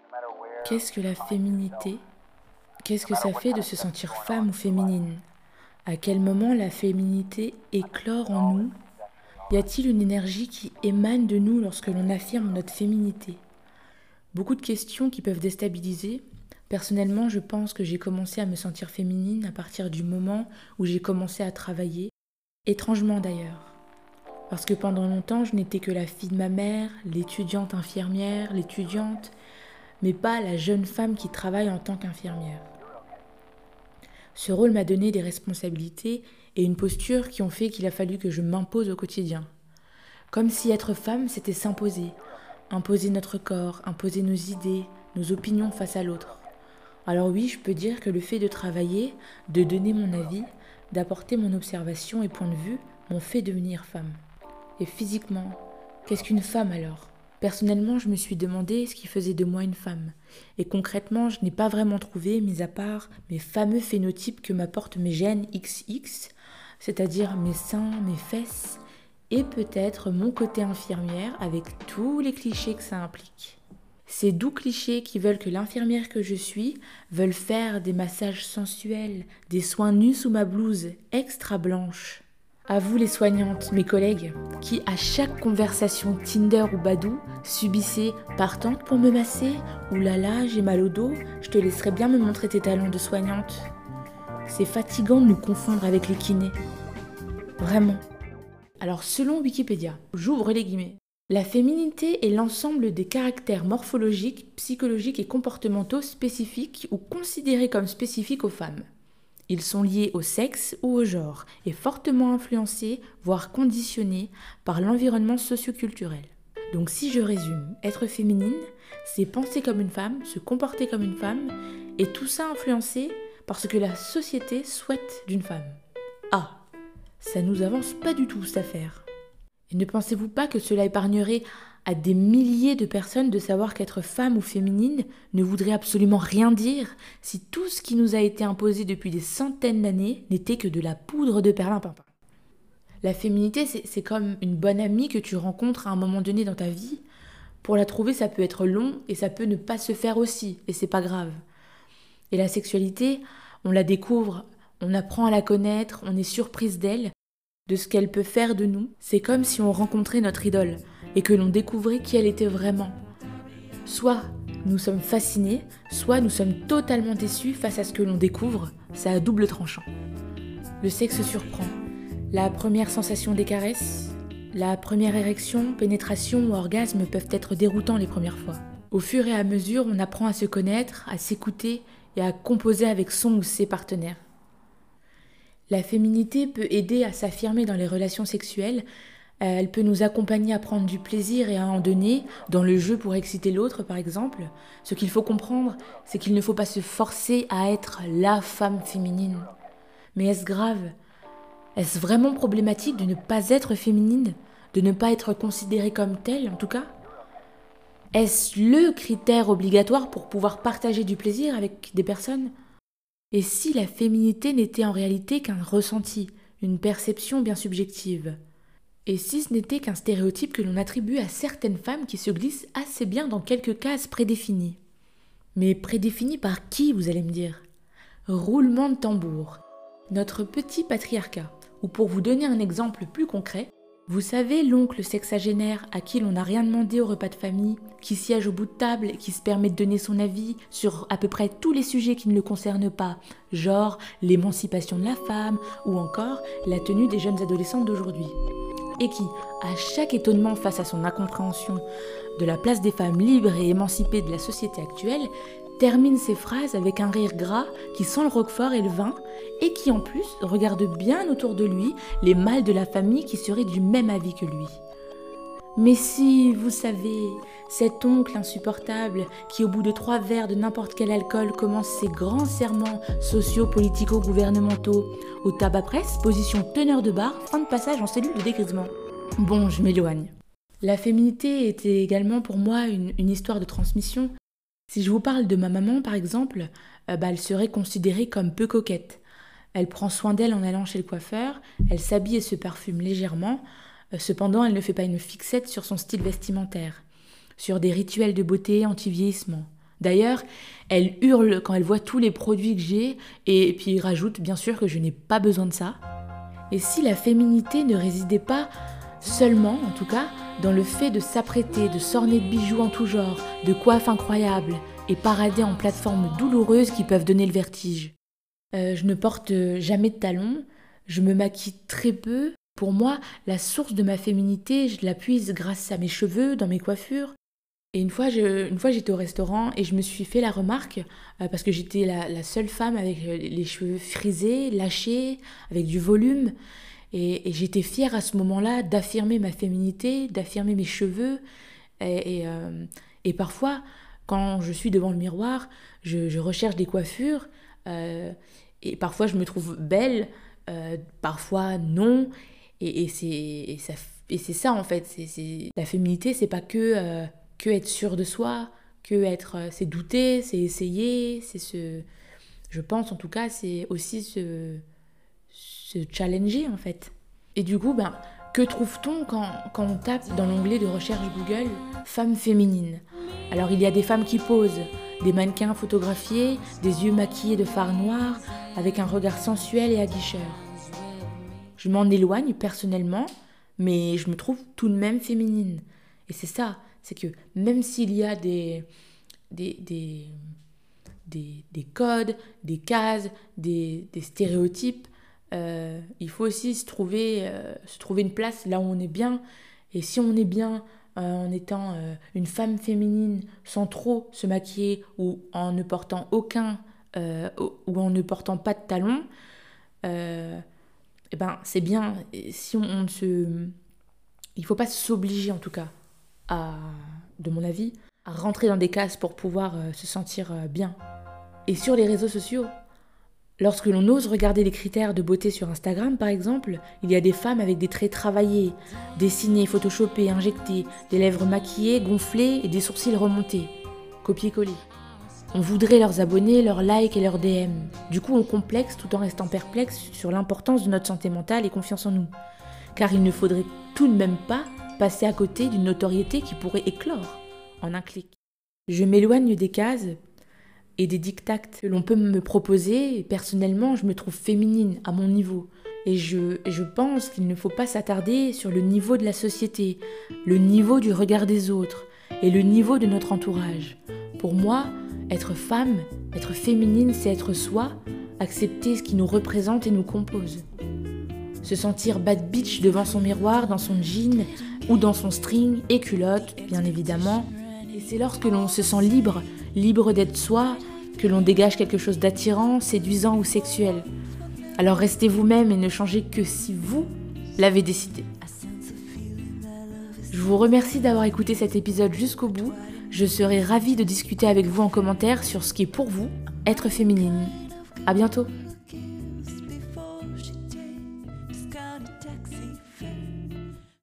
Qu'est-ce que la féminité? Qu'est-ce que ça fait de se sentir femme ou féminine? À quel moment la féminité éclore en nous? Y a-t-il une énergie qui émane de nous lorsque l'on affirme notre féminité? Beaucoup de questions qui peuvent déstabiliser. Personnellement, je pense que j'ai commencé à me sentir féminine à partir du moment où j'ai commencé à travailler, étrangement d'ailleurs. Parce que pendant longtemps, je n'étais que la fille de ma mère, l'étudiante infirmière, l'étudiante, mais pas la jeune femme qui travaille en tant qu'infirmière. Ce rôle m'a donné des responsabilités et une posture qui ont fait qu'il a fallu que je m'impose au quotidien. Comme si être femme, c'était s'imposer. Imposer notre corps, imposer nos idées, nos opinions face à l'autre. Alors oui, je peux dire que le fait de travailler, de donner mon avis, d'apporter mon observation et point de vue m'ont fait devenir femme. Et physiquement, qu'est-ce qu'une femme alors? Personnellement, je me suis demandé ce qui faisait de moi une femme. Et concrètement, je n'ai pas vraiment trouvé, mis à part mes fameux phénotypes que m'apportent mes gènes XX, c'est-à-dire mes seins, mes fesses, et peut-être mon côté infirmière avec tous les clichés que ça implique. Ces doux clichés qui veulent que l'infirmière que je suis veulent faire des massages sensuels, des soins nus sous ma blouse extra blanche. À vous les soignantes, mes collègues, qui à chaque conversation Tinder ou Badoo subissaient partante pour me masser, oulala, j'ai mal au dos, je te laisserai bien me montrer tes talents de soignante. C'est fatigant de nous confondre avec les kinés. Vraiment. Alors selon Wikipédia, j'ouvre les guillemets, la féminité est l'ensemble des caractères morphologiques, psychologiques et comportementaux spécifiques ou considérés comme spécifiques aux femmes. Ils sont liés au sexe ou au genre et fortement influencés, voire conditionnés par l'environnement socio-culturel. Donc si je résume, être féminine, c'est penser comme une femme, se comporter comme une femme, et tout ça influencé par ce que la société souhaite d'une femme. Ah, ça nous avance pas du tout cette affaire. Et ne pensez-vous pas que cela épargnerait à des milliers de personnes de savoir qu'être femme ou féminine ne voudrait absolument rien dire si tout ce qui nous a été imposé depuis des centaines d'années n'était que de la poudre de perlimpinpin. La féminité, c'est comme une bonne amie que tu rencontres à un moment donné dans ta vie. Pour la trouver, ça peut être long et ça peut ne pas se faire aussi, et c'est pas grave. Et la sexualité, on la découvre, on apprend à la connaître, on est surprise d'elle, de ce qu'elle peut faire de nous. C'est comme si on rencontrait notre idole et que l'on découvrait qui elle était vraiment. Soit nous sommes fascinés, soit nous sommes totalement déçus face à ce que l'on découvre, c'est à double tranchant. Le sexe surprend. La première sensation des caresses, la première érection, pénétration ou orgasme peuvent être déroutants les premières fois. Au fur et à mesure, on apprend à se connaître, à s'écouter et à composer avec son ou ses partenaires. La féminité peut aider à s'affirmer dans les relations sexuelles, elle peut nous accompagner à prendre du plaisir et à en donner, dans le jeu pour exciter l'autre par exemple. Ce qu'il faut comprendre, c'est qu'il ne faut pas se forcer à être la femme féminine. Mais est-ce grave? Est-ce vraiment problématique de ne pas être féminine? De ne pas être considérée comme telle en tout cas? Est-ce le critère obligatoire pour pouvoir partager du plaisir avec des personnes? Et si la féminité n'était en réalité qu'un ressenti, une perception bien subjective? Et si ce n'était qu'un stéréotype que l'on attribue à certaines femmes qui se glissent assez bien dans quelques cases prédéfinies? Mais prédéfinies par qui, vous allez me dire? Roulement de tambour. Notre petit patriarcat. Ou pour vous donner un exemple plus concret, vous savez l'oncle sexagénaire à qui l'on n'a rien demandé au repas de famille, qui siège au bout de table et qui se permet de donner son avis sur à peu près tous les sujets qui ne le concernent pas, genre l'émancipation de la femme ou encore la tenue des jeunes adolescentes d'aujourd'hui. Et qui, à chaque étonnement face à son incompréhension de la place des femmes libres et émancipées de la société actuelle, termine ses phrases avec un rire gras qui sent le roquefort et le vin, et qui en plus regarde bien autour de lui les mâles de la famille qui seraient du même avis que lui. Mais si, vous savez, cet oncle insupportable qui au bout de 3 verres de n'importe quel alcool commence ses grands serments socio-politico-gouvernementaux, au tabac presse, position teneur de bar, fin de passage en cellule de dégrisement. Bon, je m'éloigne. La féminité était également pour moi une histoire de transmission. Si je vous parle de ma maman, par exemple, elle serait considérée comme peu coquette. Elle prend soin d'elle en allant chez le coiffeur, elle s'habille et se parfume légèrement, cependant elle ne fait pas une fixette sur son style vestimentaire, sur des rituels de beauté anti-vieillissement. D'ailleurs, elle hurle quand elle voit tous les produits que j'ai et puis rajoute bien sûr que je n'ai pas besoin de ça. Et si la féminité ne résidait pas seulement, en tout cas, dans le fait de s'apprêter, de s'orner de bijoux en tout genre, de coiffes incroyables et parader en plateformes douloureuses qui peuvent donner le vertige. Je ne porte jamais de talons, je me maquille très peu. Pour moi, la source de ma féminité, je la puise grâce à mes cheveux, dans mes coiffures. Et une fois, j'étais au restaurant et je me suis fait la remarque, parce que j'étais la seule femme avec les cheveux frisés, lâchés, avec du volume. Et j'étais fière à ce moment-là d'affirmer ma féminité, d'affirmer mes cheveux. Et parfois, quand je suis devant le miroir, je recherche des coiffures. Et parfois, je me trouve belle, parfois non. Et c'est ça, en fait. La féminité, c'est pas que être sûr de soi, c'est douter, c'est essayer, je pense en tout cas, c'est aussi se challenger en fait. Et du coup, que trouve-t-on quand on tape dans l'onglet de recherche Google femmes féminines? Alors il y a des femmes qui posent, des mannequins photographiés, des yeux maquillés de fard noir, avec un regard sensuel et aguicheur. Je m'en éloigne personnellement, mais je me trouve tout de même féminine. Et c'est ça, c'est que même s'il y a des codes, des cases, des stéréotypes, il faut aussi se trouver une place là où on est bien. Et si on est bien en étant une femme féminine sans trop se maquiller ou en ne portant ou en ne portant pas de talons, c'est bien. Et si il faut pas s'obliger en tout cas de mon avis, à rentrer dans des cases pour pouvoir se sentir bien. Et sur les réseaux sociaux, lorsque l'on ose regarder les critères de beauté sur Instagram par exemple, il y a des femmes avec des traits travaillés, dessinés, photoshopés, injectés, des lèvres maquillées, gonflées et des sourcils remontés. Copier-coller. On voudrait leurs abonnés, leurs likes et leurs DM. Du coup, on complexe tout en restant perplexe sur l'importance de notre santé mentale et confiance en nous. Car il ne faudrait tout de même pas passer à côté d'une notoriété qui pourrait éclore en un clic. Je m'éloigne des cases et des diktats que l'on peut me proposer. Et personnellement, je me trouve féminine à mon niveau. Et je pense qu'il ne faut pas s'attarder sur le niveau de la société, le niveau du regard des autres et le niveau de notre entourage. Pour moi, être femme, être féminine, c'est être soi, accepter ce qui nous représente et nous compose. Se sentir bad bitch devant son miroir, dans son jean ou dans son string et culotte, bien évidemment. Et c'est lorsque l'on se sent libre d'être soi, que l'on dégage quelque chose d'attirant, séduisant ou sexuel. Alors restez vous-même et ne changez que si vous l'avez décidé. Je vous remercie d'avoir écouté cet épisode jusqu'au bout. Je serai ravie de discuter avec vous en commentaire sur ce qui est pour vous être féminine. À bientôt.